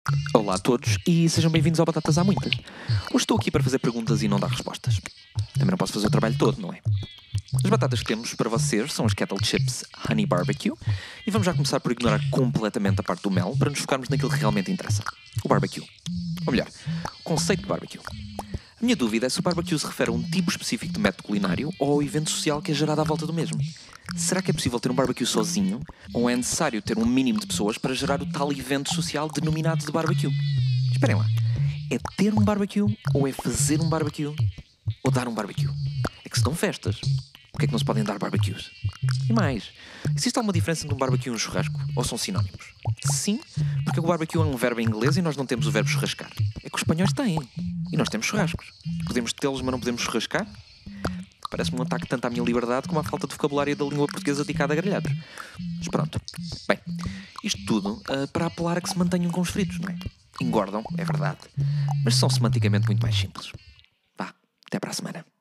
Olá a todos e sejam bem-vindos ao Batatas à Muitas. Hoje estou aqui para fazer perguntas e não dar respostas. Também não posso fazer o trabalho todo, não é? As batatas que temos para vocês são as Kettle Chips Honey Barbecue e vamos já começar por ignorar completamente a parte do mel para nos focarmos naquilo que realmente interessa, o barbecue. Ou melhor, o conceito de barbecue. A minha dúvida é se o barbecue se refere a um tipo específico de método culinário ou ao evento social que é gerado à volta do mesmo. Será que é possível ter um barbecue sozinho ou é necessário ter um mínimo de pessoas para gerar o tal evento social denominado de barbecue? Esperem lá, é ter um barbecue ou é fazer um barbecue ou dar um barbecue? É que se dão festas, por que é que não se podem dar barbecues? E mais, existe alguma diferença entre um barbecue e um churrasco? Ou são sinónimos? Sim, porque o barbecue é um verbo em inglês e nós não temos o verbo churrascar. É que os espanhóis têm. E nós temos churrascos. Podemos tê-los, mas não podemos churrascar? Parece-me um ataque tanto à minha liberdade como à falta de vocabulário da língua portuguesa dedicada a grelhados. Mas pronto. Bem, isto tudo para apelar a que se mantenham com os fritos, não é? Engordam, é verdade. Mas são semanticamente muito mais simples. Vá, até para a semana.